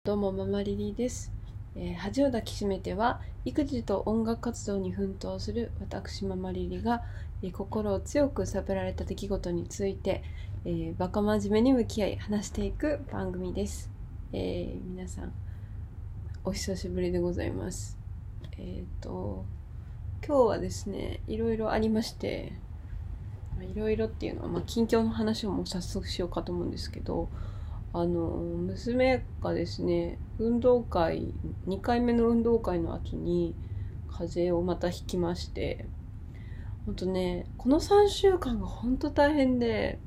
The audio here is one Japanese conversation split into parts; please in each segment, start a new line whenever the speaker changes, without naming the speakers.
どうもママリリーです。恥を抱きしめては育児と音楽活動に奮闘する私ママリリが、心を強く揺られた出来事について、バカ真面目に向き合い話していく番組です。皆さんお久しぶりでございます。今日はですね、いろいろありまして、いろいろっていうのは、近況の話をもう早速しようかと思うんですけど、娘がですね、2回目の運動会の後に風邪をまたひきまして、ほんとね、この3週間がほんと大変で、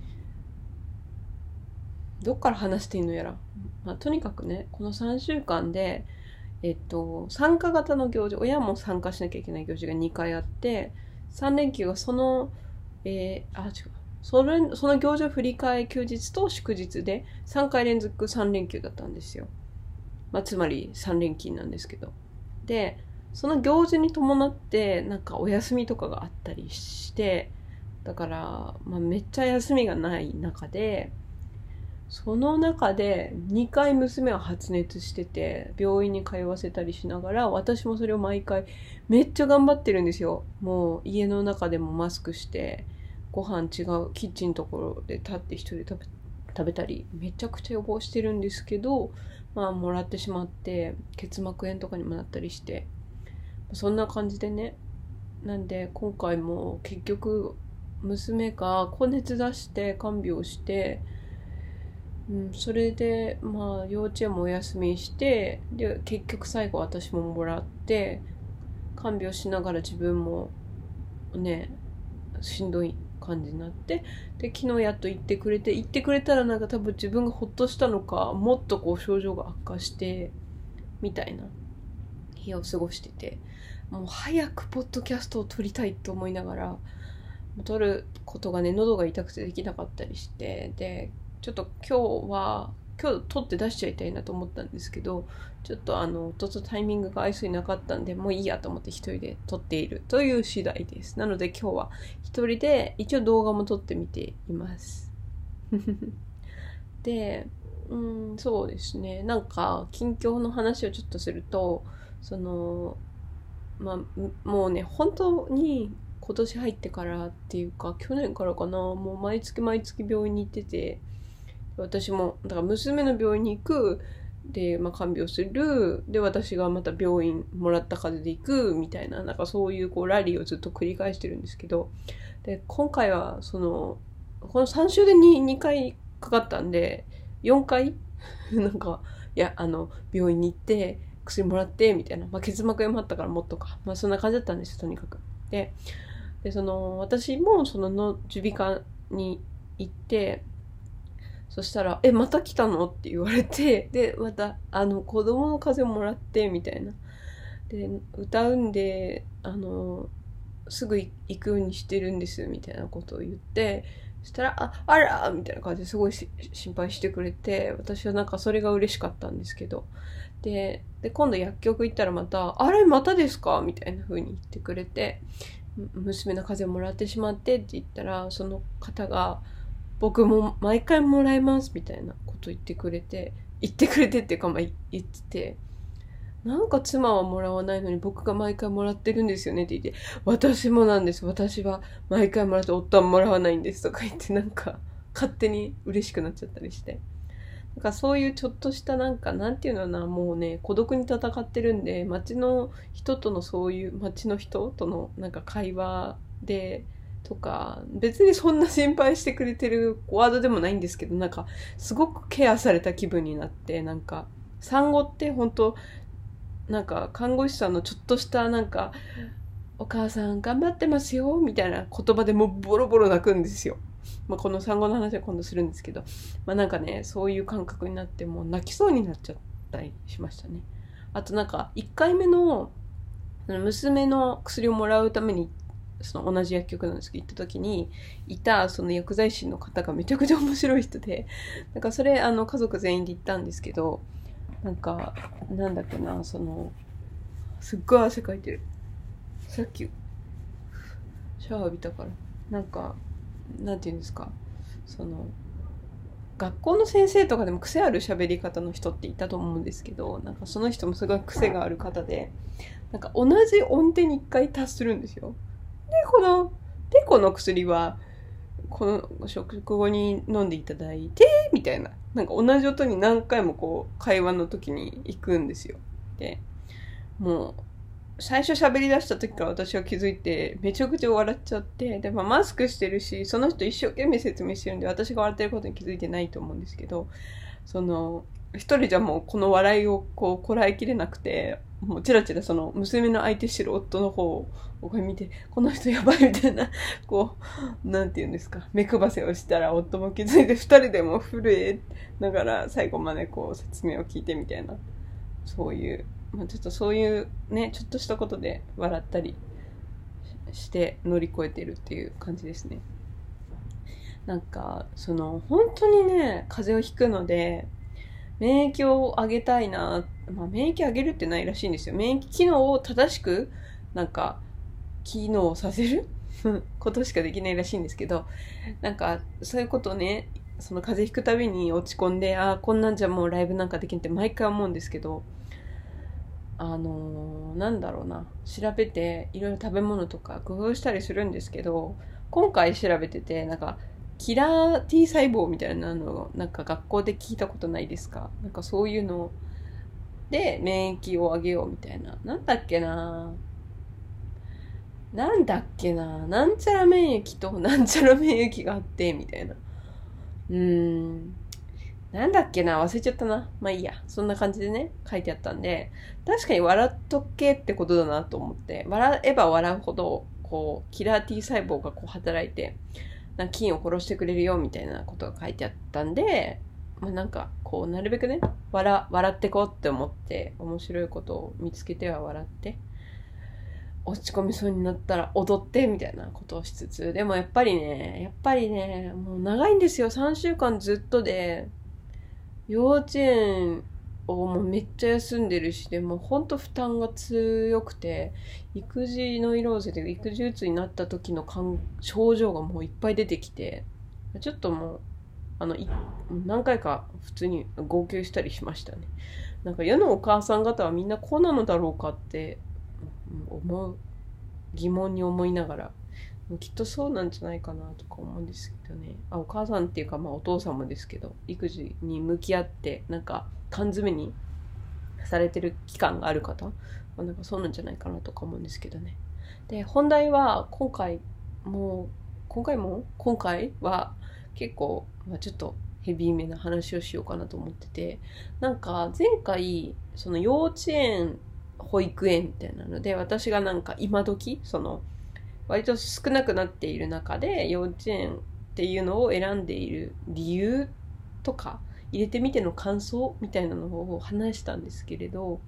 どっから話していいのやら。とにかくね、この3週間で、参加型の行事、親も参加しなきゃいけない行事が2回あって、3連休がそのその行事を振り替え休日と祝日で3回連続3連休だったんですよ。つまり3連勤なんですけど。で、その行事に伴ってなんかお休みとかがあったりして、だから、めっちゃ休みがない中で、その中で2回娘は発熱してて、病院に通わせたりしながら、私もそれを毎回めっちゃ頑張ってるんですよ。もう家の中でもマスクして、ご飯違うキッチンのところで立って一人で食べたり、めちゃくちゃ予防してるんですけど、もらってしまって、結膜炎とかにもなったりして、そんな感じでね。なんで今回も結局娘が高熱出して看病して、それで幼稚園もお休みして、で結局最後私ももらって看病しながら自分もねしんどい感じになって、で昨日やっと言ってくれたらなんか多分自分がほっとしたのか、もっとこう症状が悪化してみたいな日を過ごしてて、もう早くポッドキャストを撮りたいと思いながら撮ることがね、喉が痛くてできなかったりして、でちょっと今日撮って出しちゃいたいなと思ったんですけど、ちょっと夫とタイミングが合いそうになかったんで、もういいやと思って一人で撮っているという次第です。なので今日は一人で一応動画も撮ってみています。で、そうですね。なんか近況の話をちょっとすると、もうね、本当に今年入ってからっていうか、去年からかな、もう毎月毎月病院に行ってて、私も、だから娘の病院に行く、で、看病する、で、私がまた病院もらった風邪で行く、みたいな、なんかそういうこうラリーをずっと繰り返してるんですけど、で、今回は、この3週で2回かかったんで、4回なんか、病院に行って、薬もらって、みたいな。結膜炎もあったからもっとか。そんな感じだったんですよ、とにかく。で、私も耳鼻科に行って、そしたら、また来たのって言われて、で、また、子供の風邪をもらって、みたいな。で、歌うんで、すぐ行くようにしてるんです、みたいなことを言って、そしたら、あらみたいな感じですごい心配してくれて、私はなんかそれが嬉しかったんですけど。で、今度薬局行ったらまた、あれまたですかみたいな風に言ってくれて、娘の風邪をもらってしまってって言ったら、その方が、僕も毎回もらいますみたいなこと言ってくれてっていうか、言ってて、なんか妻はもらわないのに僕が毎回もらってるんですよねって言って、私もなんです。私は毎回もらって夫はもらわないんですとか言って、なんか勝手に嬉しくなっちゃったりして。なんかそういうちょっとしたなんていうのかな、もうね、孤独に戦ってるんで、街の人とのなんか会話で、とか、別にそんな心配してくれてるワードでもないんですけど、なんか、すごくケアされた気分になって、なんか、産後って本当なんか、看護師さんのちょっとしたなんか、お母さん頑張ってますよ、みたいな言葉でもうボロボロ泣くんですよ。この産後の話は今度するんですけど、なんかね、そういう感覚になってもう泣きそうになっちゃったりしましたね。あとなんか、1回目の、娘の薬をもらうために、その同じ薬局なんですけど、行った時に、いたその薬剤師の方がめちゃくちゃ面白い人で、なんかそれ、家族全員で行ったんですけど、なんか、なんだっけな、すっごい汗かいてる。さっき、シャワー浴びたから。なんか、なんていうんですか。その、 学校の先生とかでも癖ある喋り方の人っていたと思うんですけど、なんかその人もすごい癖がある方で、なんか同じ音程に一回達するんですよ。で、この薬は、この食後に飲んでいただいて、みたいな。なんか同じ音に何回もこう、会話の時に行くんですよ。で、もう、最初喋り出した時から私は気づいて、めちゃくちゃ笑っちゃって、で、マスクしてるし、その人一生懸命説明してるんで、私が笑ってることに気づいてないと思うんですけど、一人じゃもうこの笑いをこう、こらえきれなくて、もうチラチラその娘の相手してる夫の方をこれ見て、この人やばいみたいな、こう、なんて言うんですか、目配せをしたら夫も気づいて二人でも震えながら最後までこう説明を聞いてみたいな、そういう、ちょっとそういうね、ちょっとしたことで笑ったりして乗り越えてるっていう感じですね。なんか、本当にね、風邪をひくので、免疫を上げたいな。免疫上げるってないらしいんですよ。免疫機能を正しく、なんか、機能させることしかできないらしいんですけど、なんか、そういうことをね、その風邪ひくたびに落ち込んで、こんなんじゃもうライブなんかできんって毎回思うんですけど、なんだろうな、調べていろいろ食べ物とか工夫したりするんですけど、今回調べてて、なんか、キラー T 細胞みたいなのをなんか学校で聞いたことないですか？なんかそういうので免疫を上げようみたいな。なんちゃら免疫となんちゃら免疫があって、みたいな。なんだっけな、忘れちゃったな。まあいいや。そんな感じでね、書いてあったんで、確かに笑っとけってことだなと思って、笑えば笑うほど、こう、キラー T 細胞がこう働いて、菌を殺してくれるよみたいなことが書いてあったんで、なんかこうなるべくね笑ってこうって思って面白いことを見つけては笑って落ち込みそうになったら踊ってみたいなことをしつつ、でもやっぱりねもう長いんですよ。3週間ずっとで幼稚園をもうめっちゃ休んでるし、でもほんと負担が強くて、育児ノイローゼで育児うつになった時の症状がもういっぱい出てきて、ちょっともう何回か普通に号泣したりしましたね。なんか世のお母さん方はみんなこうなのだろうかって疑問に思いながら、きっとそうなんじゃないかなとか思うんですけどね。お母さんっていうかお父さんもですけど、育児に向き合ってなんか缶詰にされてる期間がある方、なんかそうなんじゃないかなとか思うんですけどね。で、本題は今回は結構、ちょっとヘビーめな話をしようかなと思ってて、なんか前回その幼稚園保育園みたいなので、私がなんか今時割と少なくなっている中で幼稚園っていうのを選んでいる理由とか入れてみての感想みたいなのを話したんですけれど、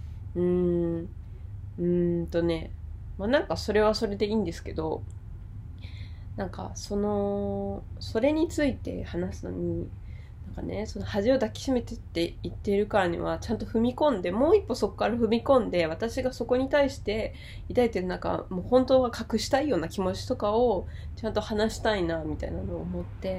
なんかそれはそれでいいんですけど、なんかそれについて話すのに、なんかね、その恥を抱きしめてって言ってるからにはちゃんと踏み込んで、もう一歩そこから踏み込んで、私がそこに対して抱いてるなんかもう本当は隠したいような気持ちとかをちゃんと話したいなみたいなのを思って、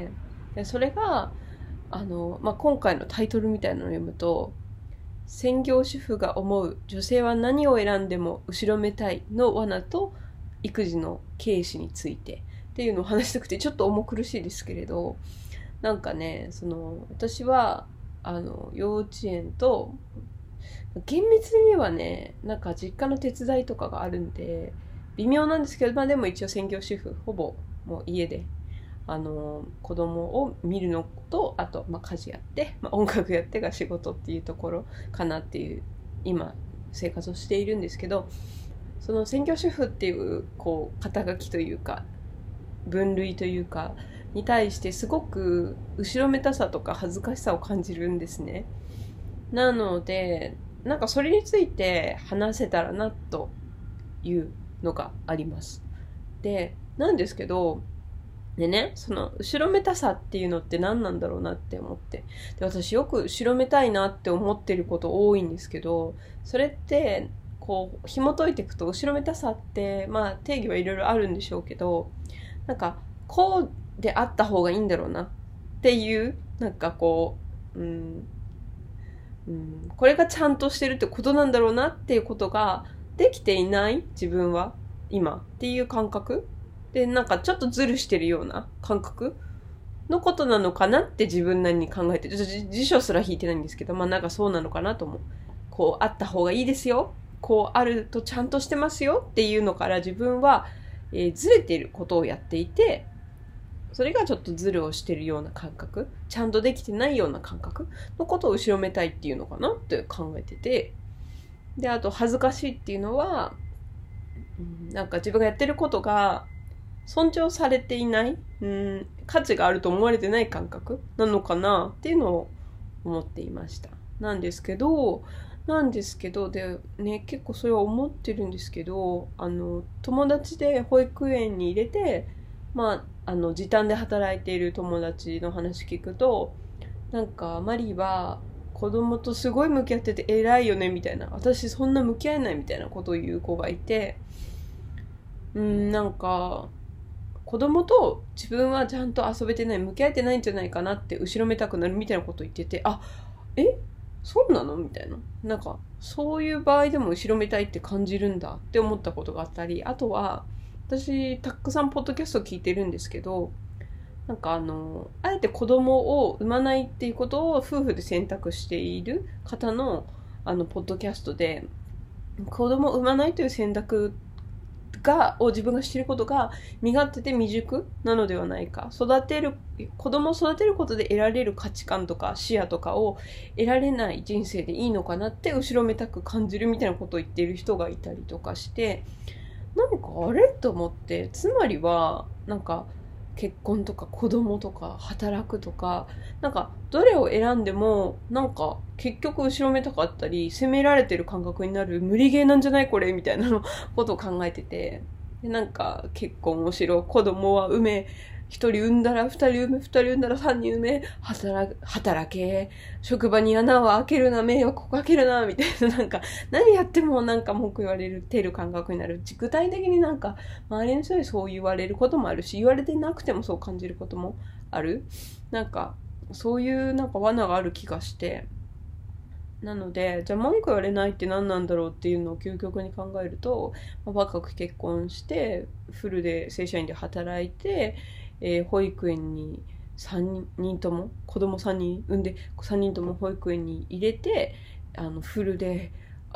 でそれが今回のタイトルみたいなのを読むと、専業主婦が思う女性は何を選んでも後ろめたいの罠と育児の軽視についてっていうのを話したくて、ちょっと重苦しいですけれど、なんかね、私は幼稚園と厳密にはね、なんか実家の手伝いとかがあるんで微妙なんですけど、でも一応専業主婦、ほぼもう家で子供を見るのと、あと家事やって、音楽やってが仕事っていうところかなっていう今生活をしているんですけど、その専業主婦っていう肩書きというか分類というかに対してすごく後ろめたさとか恥ずかしさを感じるんですね。なのでなんかそれについて話せたらなというのがあります。で、なんですけど、でね、その後ろめたさっていうのって何なんだろうなって思って、で私よく後ろめたいなって思ってること多いんですけど、それって紐解いていくと、後ろめたさって定義はいろいろあるんでしょうけど、なんかこうであった方がいいんだろうなっていうなんかこう、これがちゃんとしてるってことなんだろうなっていうことができていない自分は今っていう感覚で、なんかちょっとズルしてるような感覚のことなのかなって自分なりに考えて、辞書すら引いてないんですけど、なんかそうなのかなと思う。こうあった方がいいですよ。こうあるとちゃんとしてますよっていうのから自分は、ずれていることをやっていて、それがちょっとズルをしてるような感覚、ちゃんとできてないような感覚のことを後ろめたいっていうのかなって考えてて、で、あと恥ずかしいっていうのは、なんか自分がやってることが尊重されていない、価値があると思われてない感覚なのかなっていうのを思っていました。なんですけど、で、ね、結構それは思ってるんですけど、友達で保育園に入れて、時短で働いている友達の話聞くと、なんか、マリは子供とすごい向き合ってて偉いよねみたいな、私そんな向き合えないみたいなことを言う子がいて、なんか、子供と自分はちゃんと遊べてない、向き合えてないんじゃないかなって後ろめたくなるみたいなこと言ってて、そうなのみたいな。なんか、そういう場合でも後ろめたいって感じるんだって思ったことがあったり、あとは、私、たくさんポッドキャスト聞いてるんですけど、なんかあえて子供を産まないっていうことを夫婦で選択している方の、ポッドキャストで、子供を産まないという選択を自分がしていることが身勝手で未熟なのではないか。子供を育てることで得られる価値観とか視野とかを得られない人生でいいのかなって後ろめたく感じるみたいなことを言っている人がいたりとかして、なんかあれと思って、つまりは、なんか結婚とか子供とか働くとか、なんかどれを選んでもなんか結局後ろめたかったり責められてる感覚になる無理ゲーなんじゃないこれみたいなのことを考えてて、でなんか結婚をしろ、子供は産め、一人産んだら二人産め、二人産んだら三人産め、働け、職場に穴を開けるな、迷惑をかけるな、みたいな、なんか何やってもなんか文句言われてる感覚になる。具体的になんか周りの人にそう言われることもあるし、言われてなくてもそう感じることもある。なんかそういうなんか罠がある気がして、なので、じゃあ文句言われないって何なんだろうっていうのを究極に考えると、若く結婚してフルで正社員で働いて、保育園に3人とも子供3人産んで3人とも保育園に入れて、フルで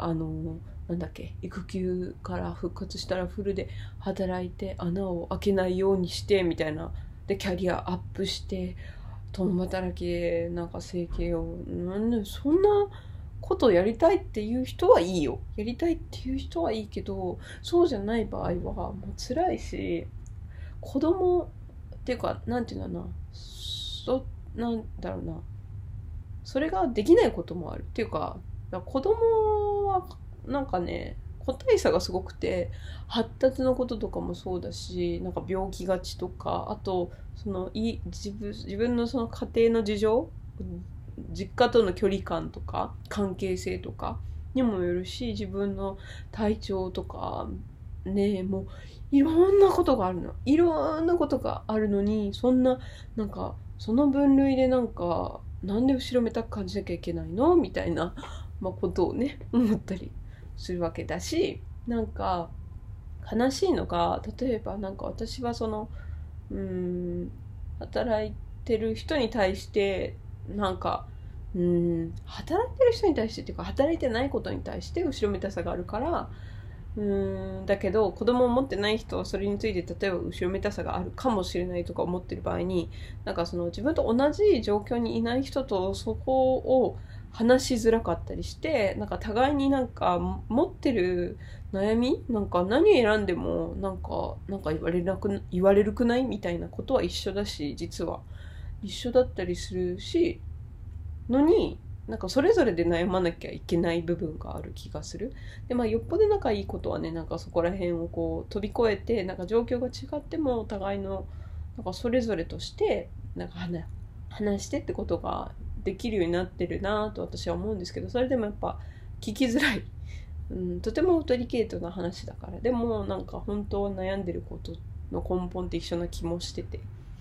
育休から復活したらフルで働いて穴を開けないようにしてみたいな、でキャリアアップして共働きでなんか生計を、そんなことをやりたいっていう人はいいよ。やりたいっていう人はいいけど、そうじゃない場合はもう辛いし、子供っていうか、なんていうんだろうな、なんだろうな、それができないこともあるっていうか、子供はなんかね、個体差がすごくて、発達のこととかもそうだし、なんか病気がちとか、あと自分のその家庭の事情、実家との距離感とか関係性とかにもよるし、自分の体調とかね、もういろんなことがあるの。いろんなことがあるのに、そんな、なんか、その分類でなんか、なんで後ろめたく感じなきゃいけないのみたいな、ことをね、思ったりするわけだし、なんか、悲しいのが、例えばなんか私は働いてる人に対して、なんか、働いてる人に対してっていうか、働いてないことに対して後ろめたさがあるから、だけど子供を持ってない人はそれについて例えば後ろめたさがあるかもしれないとか思ってる場合に、なんかその自分と同じ状況にいない人とそこを話しづらかったりして、なんか互いになんか持ってる悩み、なんか何選んでもなんか言われるくないみたいなことは一緒だし、実は一緒だったりするし、のになんかそれぞれで悩まなきゃいけない部分がある気がする。で、よっぽど仲いいことはね、なんかそこら辺をこう飛び越えて、なんか状況が違ってもお互いのなんかそれぞれとしてなんか話してってことができるようになってるなと私は思うんですけど、それでもやっぱ聞きづらい、とてもデリケートな話だから。でもなんか本当は悩んでることの根本って一緒な気もしてて、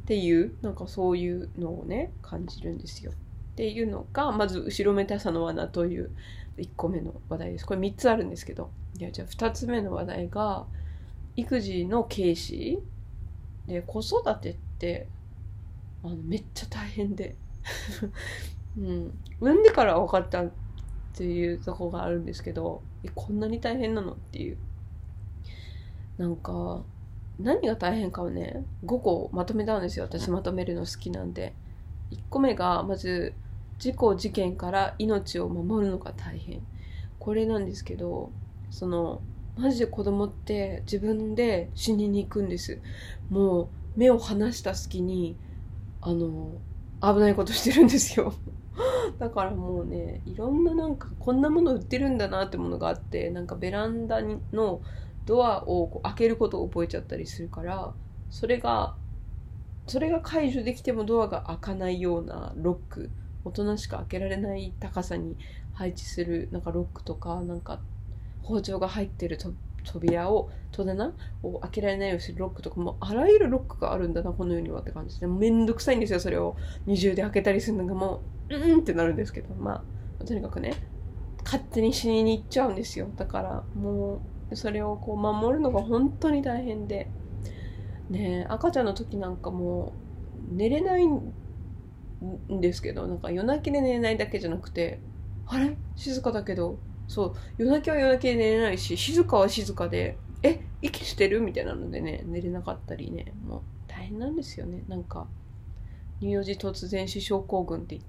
っていうなんかそういうのをね感じるんですよ。っていうのがまず後ろめたさの罠という1個目の話題です。これ3つあるんですけど、じゃあ2つ目の話題が育児の軽視で、子育てってめっちゃ大変でうん、産んでから分かったっていうとこがあるんですけど、こんなに大変なのっていう。なんか何が大変かをね5個まとめたんですよ。私まとめるの好きなんで。1個目がまず事故事件から命を守るのが大変。これなんですけど、マジで子供って自分で死にに行くんです。もう目を離した隙に危ないことしてるんですよだからもうね、いろんななんかこんなもの売ってるんだなってものがあって、なんかベランダのドアをこう開けることを覚えちゃったりするから、それが解除できてもドアが開かないようなロック、大人しか開けられない高さに配置するなんかロックとか、なんか包丁が入ってる扉を戸棚を開けられないようにするロックとか、もあらゆるロックがあるんだなこの世にはって感じで、めんどくさいんですよ。それを二重で開けたりするのがもうってなるんですけど、まあとにかくね、勝手に死にに行っちゃうんですよ。だからもうそれをこう守るのが本当に大変でね。赤ちゃんの時なんかもう寝れないんですけど、なんか夜泣きで寝れないだけじゃなくて、あれ静かだけど、そう夜泣きは夜泣きで寝れないし、静かは静かで息してるみたいなのでね、寝れなかったりね、もう大変なんですよね。なんか乳幼児突然死症候群って言って、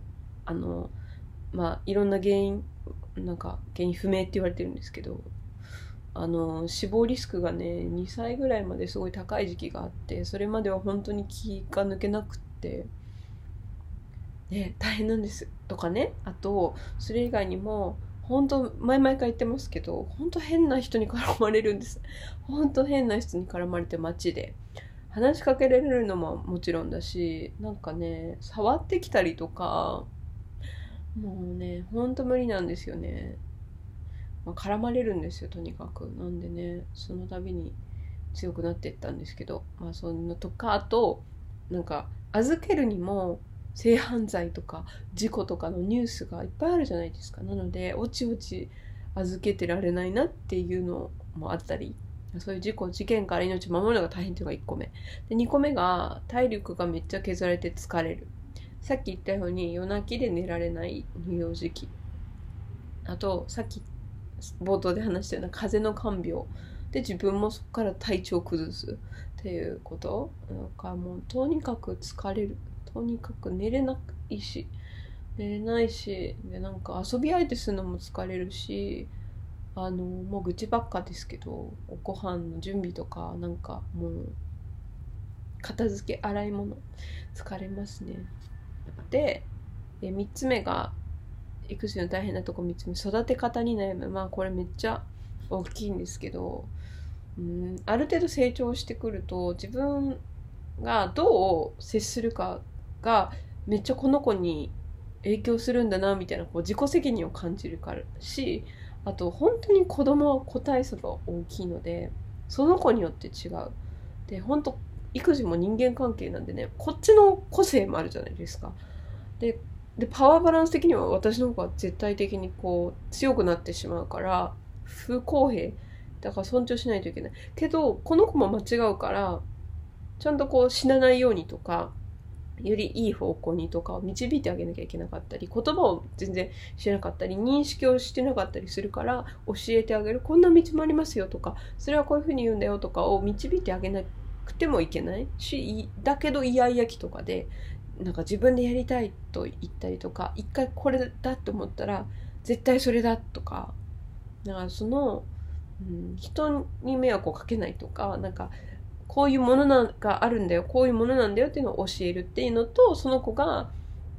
まあいろんな原因不明って言われてるんですけど、死亡リスクがね2歳ぐらいまですごい高い時期があって、それまでは本当に気が抜けなくってね、大変なんですとかね。あとそれ以外にも本当前々から言ってますけど、本当変な人に絡まれるんです。本当変な人に絡まれて、街で話しかけられるのももちろんだし、なんかね触ってきたりとか、もうね本当無理なんですよね。絡まれるんですよ、とにかく。なんでね、その度に強くなっていったんですけど、まあそんなとか、あとなんか預けるにも性犯罪とか事故とかのニュースがいっぱいあるじゃないですか。なのでおちおち預けてられないなっていうのもあったり、そういう事件から命を守るのが大変というのが1個目で、2個目が体力がめっちゃ削られて疲れる。さっき言ったように夜泣きで寝られない乳幼児期、あとさっき冒頭で話したような風邪の看病で自分もそこから体調を崩すっていうこと。なんかもうとにかく疲れる、とにかく寝れないしで、なんか遊び相手するのも疲れるし、もう愚痴ばっかですけど、ご飯の準備とか、なんかもう片付け洗い物疲れますね。で3つ目が育児の大変なとこ3つ目、育て方に悩む。まあこれめっちゃ大きいんですけど、ある程度成長してくると自分がどう接するかがめっちゃこの子に影響するんだなみたいな、こう自己責任を感じるからし、あと本当に子供は個体差が大きいので、その子によって違う。で本当育児も人間関係なんでね、こっちの個性もあるじゃないですか。でパワーバランス的には私の方が絶対的にこう強くなってしまうから不公平だから尊重しないといけないけど、この子も間違うからちゃんとこう死なないようにとか、よりいい方向にとかを導いてあげなきゃいけなかったり、言葉を全然知らなかったり認識をしてなかったりするから教えてあげる。こんな道もありますよとか、それはこういうふうに言うんだよとかを導いてあげなくてもいけないし、だけどイヤイヤ期とかでなんか自分でやりたいと言ったりとか、一回これだって思ったら絶対それだとか、だから人に迷惑をかけないとか、なんかこういうものがあるんだよ、こういうものなんだよっていうのを教えるっていうのと、その子が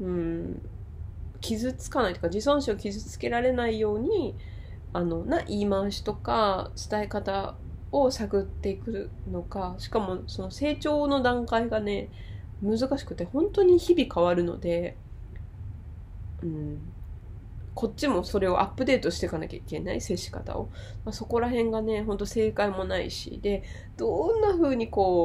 傷つかないとか自尊心を傷つけられないように言い回しとか伝え方を探っていくのか。しかもその成長の段階がね難しくて、本当に日々変わるので、こっちもそれをアップデートしていかなきゃいけない、接し方を。そこら辺がね、本当正解もないし、で、どんな風にこ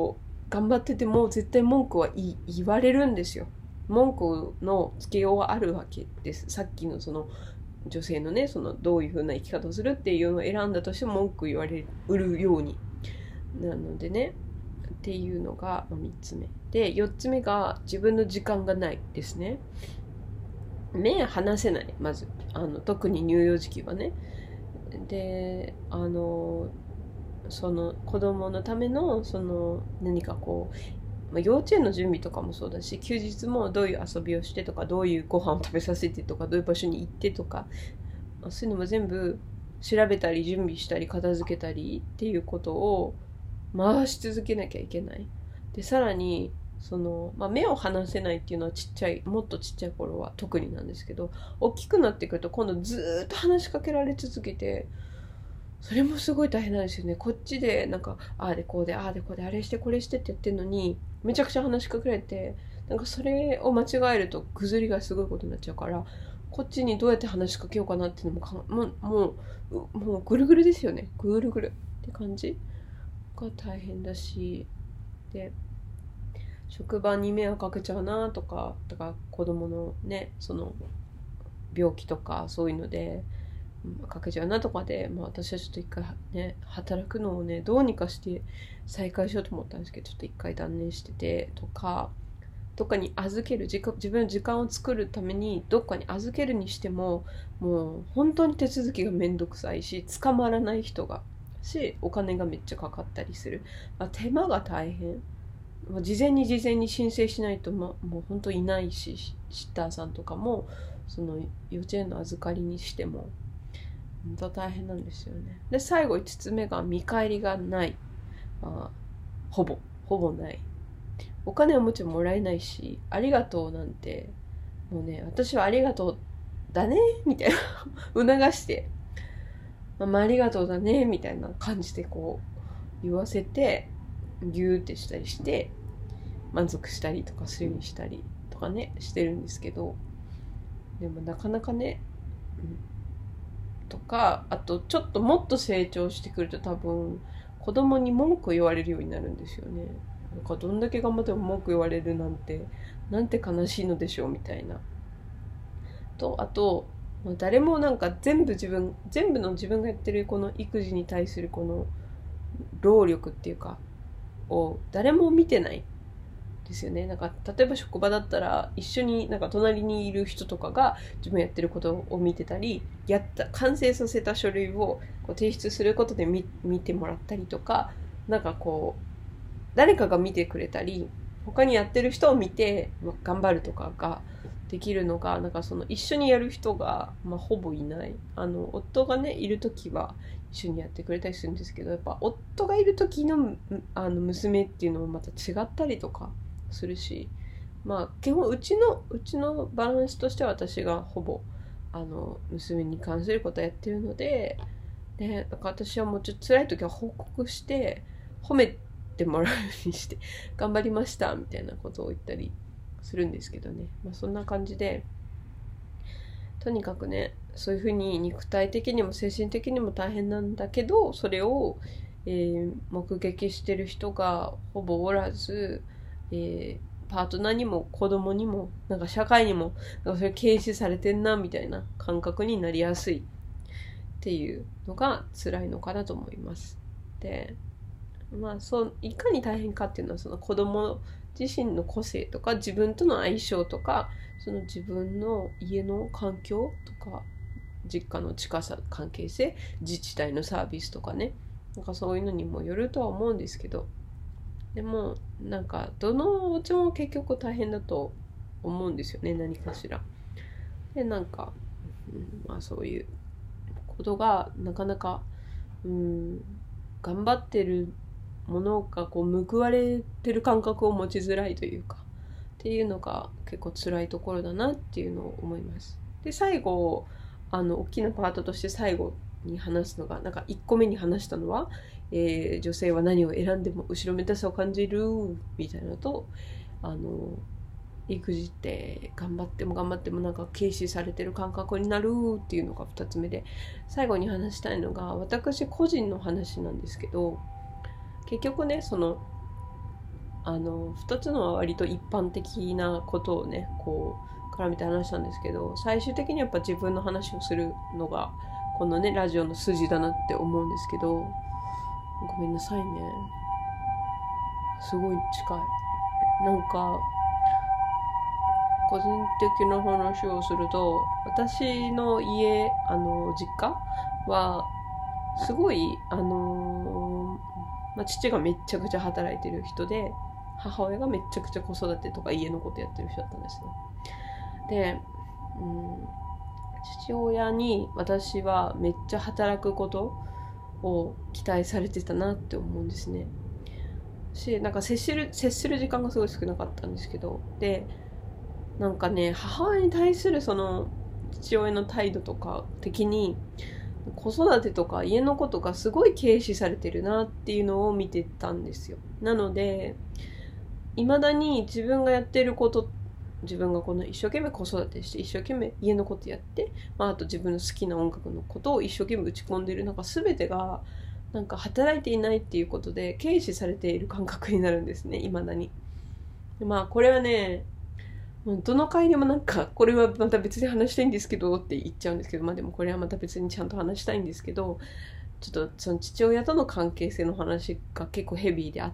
頑張ってても絶対文句は言われるんですよ。文句のつけようはあるわけです。さっきのその女性のね、そのどういう風な生き方をするっていうのを選んだとしても文句言われるように。なのでね、っていうのが3つ目。で、4つ目が自分の時間がないですね。目離せない、まず。特に乳幼児期はね。で、その子供のための、その何かこう、幼稚園の準備とかもそうだし、休日もどういう遊びをしてとか、どういうご飯を食べさせてとか、どういう場所に行ってとか、そういうのも全部調べたり準備したり片付けたりっていうことを回し続けなきゃいけない。で、さらに、目を離せないっていうのはもっとちっちゃい頃は特になんですけど、大きくなってくると今度ずっと話しかけられ続けて、それもすごい大変なんですよね。こっちでなんか、ああでこうで、ああでこうで、あれしてこれしてって言ってるのに、めちゃくちゃ話しかけられて、なんかそれを間違えるとぐずりがすごいことになっちゃうから、こっちにどうやって話しかけようかなっていうのもうぐるぐるですよね。ぐるぐるって感じが大変だし、で、職場に迷惑かけちゃうなとか、だから子供のね、その病気とかそういうので、かけちゃうなとかで、私はちょっと一回ね、働くのをね、どうにかして再開しようと思ったんですけど、ちょっと一回断念してて、とか、どっかに預ける、自分の時間を作るためにどっかに預けるにしても、もう本当に手続きがめんどくさいし、捕まらない人がし、お金がめっちゃかかったりする。手間が大変。事前に申請しないと、もう本当いないし、シッターさんとかも、その幼稚園の預かりにしても、本当大変なんですよね。で、最後5つ目が見返りがない。ほぼない。お金はもちろんもらえないし、ありがとうなんて、もうね、私はありがとうだね、みたいな、促して、ありがとうだね、みたいな感じでこう、言わせて、ギューってしたりして、満足したりとかするようにしたりとかね、してるんですけど、でもなかなかね、とか、あとちょっともっと成長してくると多分、子供に文句言われるようになるんですよね。なんかどんだけ頑張っても文句言われるなんて悲しいのでしょうみたいな。と、あと、誰もなんか全部の自分がやってるこの育児に対するこの労力っていうか、を誰も見てないですよね。なんか例えば職場だったら一緒になんか隣にいる人とかが自分やってることを見てたり、完成させた書類をこう提出することで見てもらったりとか、なんかこう誰かが見てくれたり、他にやってる人を見て頑張るとかができるのが、なんかその一緒にやる人が、ほぼいない。夫がねいる時は一緒にやってくれたりするんですけど、やっぱ夫がいる時の娘っていうのもまた違ったりとかするし、基本うちのバランスとしては私がほぼ娘に関することをやってるので、だから私はもうちょっと辛い時は報告して褒めてもらうようにして頑張りましたみたいなことを言ったりするんですけどね。そんな感じで、とにかくね、そういうふうに肉体的にも精神的にも大変なんだけど、それを、目撃してる人がほぼおらず、パートナーにも子供にもなんか社会にもなんかそれ軽視されてんなみたいな感覚になりやすいっていうのが辛いのかなと思います。で、いかに大変かっていうのは、その子供自身の個性とか自分との相性とか、その自分の家の環境とか実家の近さ関係性、自治体のサービスとかね、なんかそういうのにもよるとは思うんですけど、でもなんかどのお家も結局大変だと思うんですよね、何かしら。で、なんか、そういうことがなかなか頑張ってるものがこう報われてる感覚を持ちづらいというか、っていうのが結構辛いところだなっていうのを思います。で、最後大きなパートとして最後に話すのが、なんか1個目に話したのは、女性は何を選んでも後ろめたさを感じるみたいなのと、育児って頑張ってもなんか軽視されてる感覚になるっていうのが2つ目で、最後に話したいのが私個人の話なんですけど、結局ね、その 2つのは割と一般的なことをねこう絡めて話したんですけど、最終的にやっぱ自分の話をするのがこのねラジオの筋だなって思うんですけど、ごめんなさいね、すごい近い。なんか個人的な話をすると、私の家実家はすごい父がめっちゃくちゃ働いてる人で、母親がめっちゃくちゃ子育てとか家のことやってる人だったんですよ。で、父親に私はめっちゃ働くことを期待されてたなって思うんですね。なんか接する時間がすごい少なかったんですけど、でなんかね、母親に対するその父親の態度とか的に子育てとか家のことがすごい軽視されてるなっていうのを見てたんですよ。なので未だに自分がやってること、自分がこの一生懸命子育てして一生懸命家のことやって、あと自分の好きな音楽のことを一生懸命打ち込んでる、なんか全てがなんか働いていないっていうことで軽視されている感覚になるんですね、未だに。でこれはね、どの回でもなんかこれはまた別で話したいんですけどって言っちゃうんですけど、でもこれはまた別にちゃんと話したいんですけど、ちょっとその父親との関係性の話が結構ヘビーであって、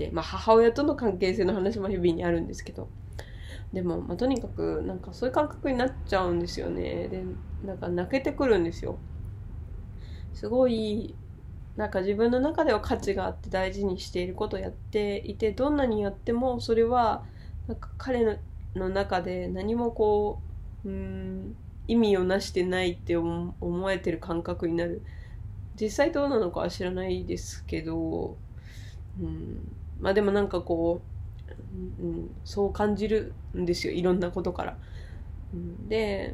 母親との関係性の話もヘビーにあるんですけど、でもとにかくなんかそういう感覚になっちゃうんですよね。でなんか泣けてくるんですよ。すごいなんか自分の中では価値があって大事にしていることをやっていて、どんなにやってもそれはなんか彼の中で何もこう意味をなしてないって思えてる感覚になる。実際どうなのかは知らないですけど、でもなんかこう、そう感じるんですよ、いろんなことから。で、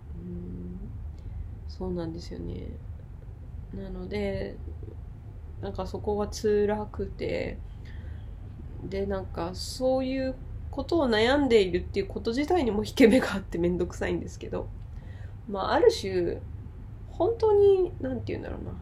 そうなんですよね。なのでなんかそこが辛くて、でなんかそういうことを悩んでいるっていうこと自体にも引け目があってめんどくさいんですけど、ある種本当になんて言うんだろうな、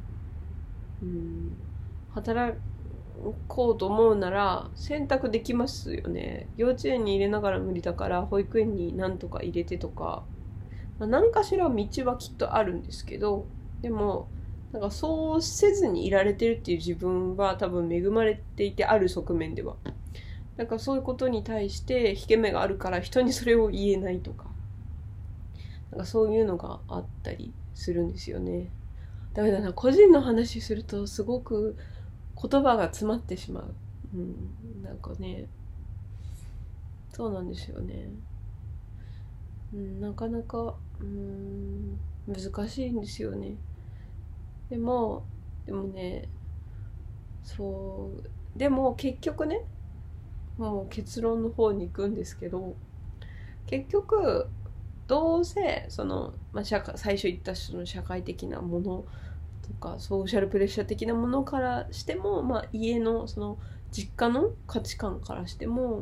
働こうと思うなら選択できますよね。幼稚園に入れながら無理だから保育園になんとか入れてとか、何かしら道はきっとあるんですけど、でもなんかそうせずにいられてるっていう自分は多分恵まれていて、ある側面ではなんかそういうことに対して引け目があるから人にそれを言えないとか、なんかそういうのがあったりするんですよね。ダメだな、個人の話するとすごく言葉が詰まってしまう。なんかね、そうなんですよね。なかなか難しいんですよね。でもね、でも結局ね、もう結論の方に行くんですけど、結局どうせその、最初言ったその社会的なものとかソーシャルプレッシャー的なものからしても、家のその実家の価値観からしても、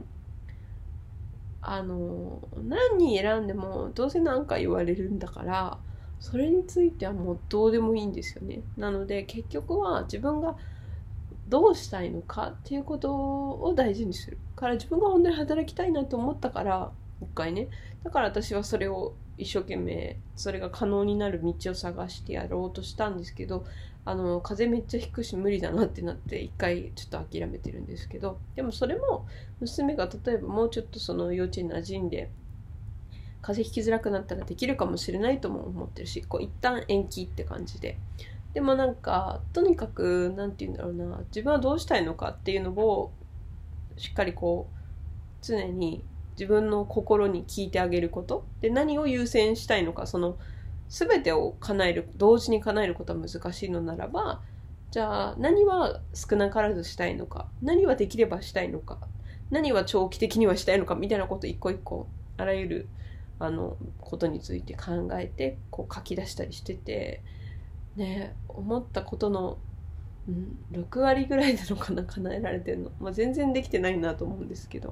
何人選んでもどうせ何か言われるんだから、それについてはもうどうでもいいんですよね。なので結局は自分がどうしたいのかっていうことを大事にするから、自分が本当に働きたいなと思ったから一回ね、だから私はそれを一生懸命それが可能になる道を探してやろうとしたんですけど、風邪めっちゃひくし無理だなってなって一回ちょっと諦めてるんですけど、でもそれも娘が例えばもうちょっとその幼稚園に馴染んで風邪ひきづらくなったらできるかもしれないとも思ってるし、一旦延期って感じで、でもなんかとにかくなんて言うんだろうな、自分はどうしたいのかっていうのをしっかり常に自分の心に聞いてあげることで、何を優先したいのか、その全てを同時に叶えることは難しいのならば、じゃあ何は少なからずしたいのか、何はできればしたいのか、何は長期的にはしたいのかみたいなことを一個一個あらゆることについて考えて書き出したりしててね、思ったことの、6割ぐらいなのかな、叶えられてるの。全然できてないなと思うんですけど、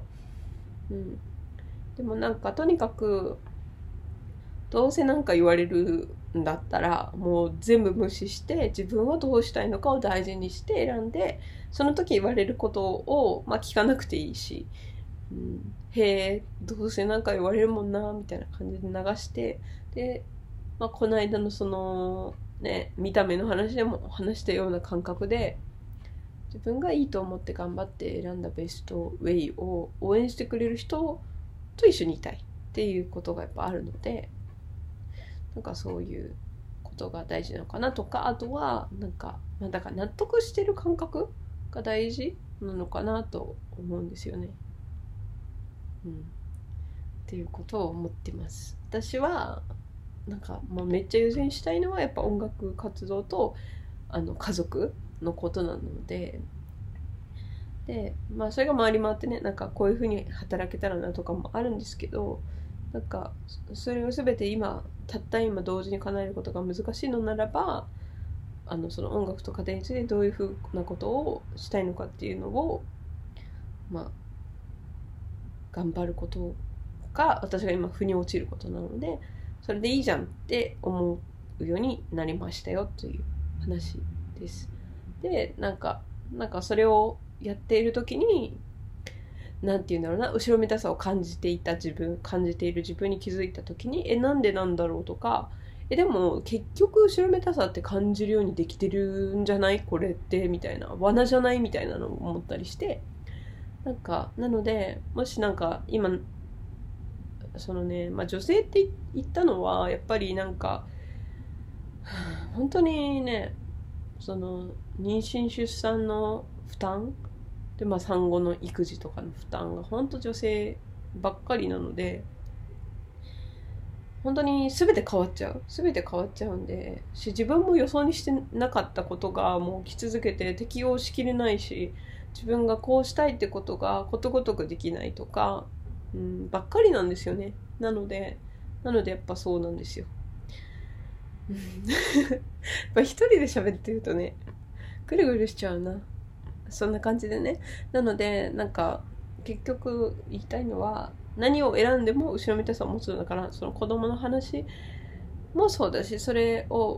でもなんかとにかくどうせなんか言われるんだったらもう全部無視して自分はどうしたいのかを大事にして選んで、その時言われることを、聞かなくていいし、へえどうせなんか言われるもんなみたいな感じで流して、で、この間のそのね見た目の話でも話したような感覚で、自分がいいと思って頑張って選んだベストウェイを応援してくれる人と一緒にいたいっていうことがやっぱあるので、なんかそういうことが大事なのかなとか、あとはなんか、だから納得してる感覚が大事なのかなと思うんですよね。っていうことを思ってます。私はなんか、めっちゃ優先したいのはやっぱ音楽活動と家族のことなので、それが回り回ってね、なんかこういう風に働けたらなとかもあるんですけど、なんかそれを全てたった今同時に叶えることが難しいのならば、その音楽と家庭についてどういう風なことをしたいのかっていうのを頑張ることが私が今腑に落ちることなので、それでいいじゃんって思うようになりましたよという話です。で、なんかそれをやっている時に、なんていうんだろうな、後ろめたさを感じている自分に気づいた時に、なんでなんだろうとか、でも結局後ろめたさって感じるようにできてるんじゃないこれってみたいな、罠じゃないみたいなのを思ったりして、なので、もし今そのね、女性って言ったのはやっぱり本当にね、その妊娠出産の負担で、産後の育児とかの負担が本当女性ばっかりなので、本当に全て変わっちゃうんで、自分も予想にしてなかったことがもう起き続けて適応しきれないし、自分がこうしたいってことがことごとくできないとか、ばっかりなんですよね。なのでやっぱそうなんですよ。一人で喋ってるとね、ぐるぐるしちゃうな。そんな感じでね。なので結局言いたいのは、何を選んでも後ろめたさを持つのだから、その子供の話もそうだし、それを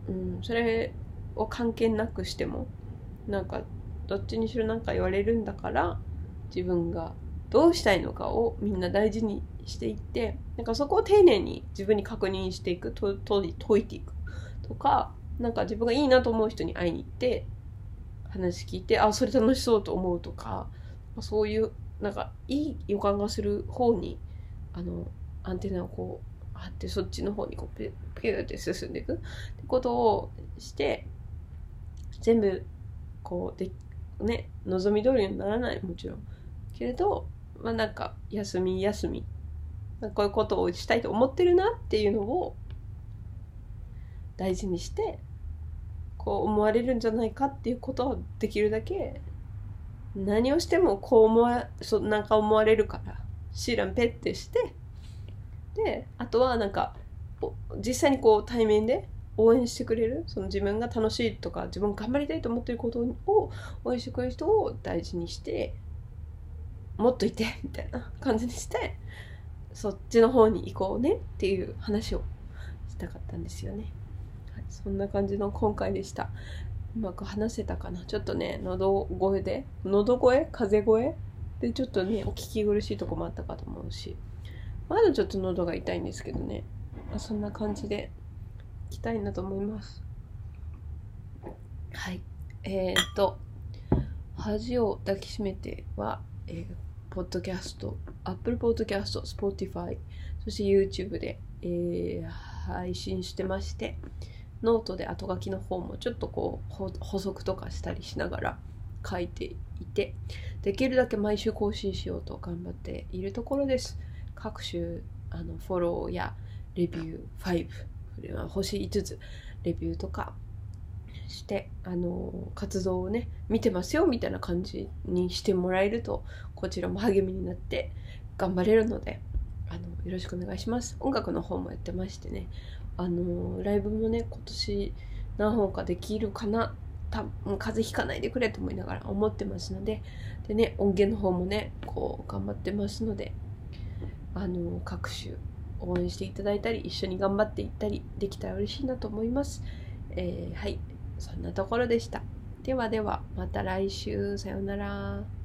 関係なくしても、どっちにしろ言われるんだから、自分がどうしたいのかをみんな大事にしていって、そこを丁寧に自分に確認していく、解いていくとか、自分がいいなと思う人に会いに行って話聞いて、それ楽しそうと思うとか、そういういい予感がする方にアンテナを張って、そっちの方にピューって進んでいくってことをして、全部望み通りにならない、もちろんけれど、休みこういうことをしたいと思ってるなっていうのを大事にして、こう思われるんじゃないかっていうことをできるだけ、何をしても思われるからシーランペッてして、であとは実際に対面で応援してくれる、その自分が楽しいとか自分が頑張りたいと思っていることを応援してくれる人を大事にして、もっといてみたいな感じにして、そっちの方に行こうねっていう話をしたかったんですよね。はい、そんな感じの今回でした。うまく話せたかな。ちょっとね、風邪声でちょっとね、お聞き苦しいとこもあったかと思うし、まだちょっと喉が痛いんですけどね、そんな感じでいきたいなと思います。はい。恥を抱きしめては、ポッドキャスト、Apple Podcast、Spotify、そして YouTube で、配信してまして、ノートで後書きの方もちょっと補足とかしたりしながら書いていて、できるだけ毎週更新しようと頑張っているところです。各種フォローやレビュー5、星5つレビューとかして活動をね見てますよみたいな感じにしてもらえると、こちらも励みになって頑張れるので、よろしくお願いします。音楽の方もやってましてね、ライブもね今年何本かできるかな、風邪ひかないでくれと思いながら思ってますので、でね、音源の方もね頑張ってますので、各種応援していただいたり一緒に頑張っていったりできたら嬉しいなと思います。はい、そんなところでした。ではではまた来週、さようなら。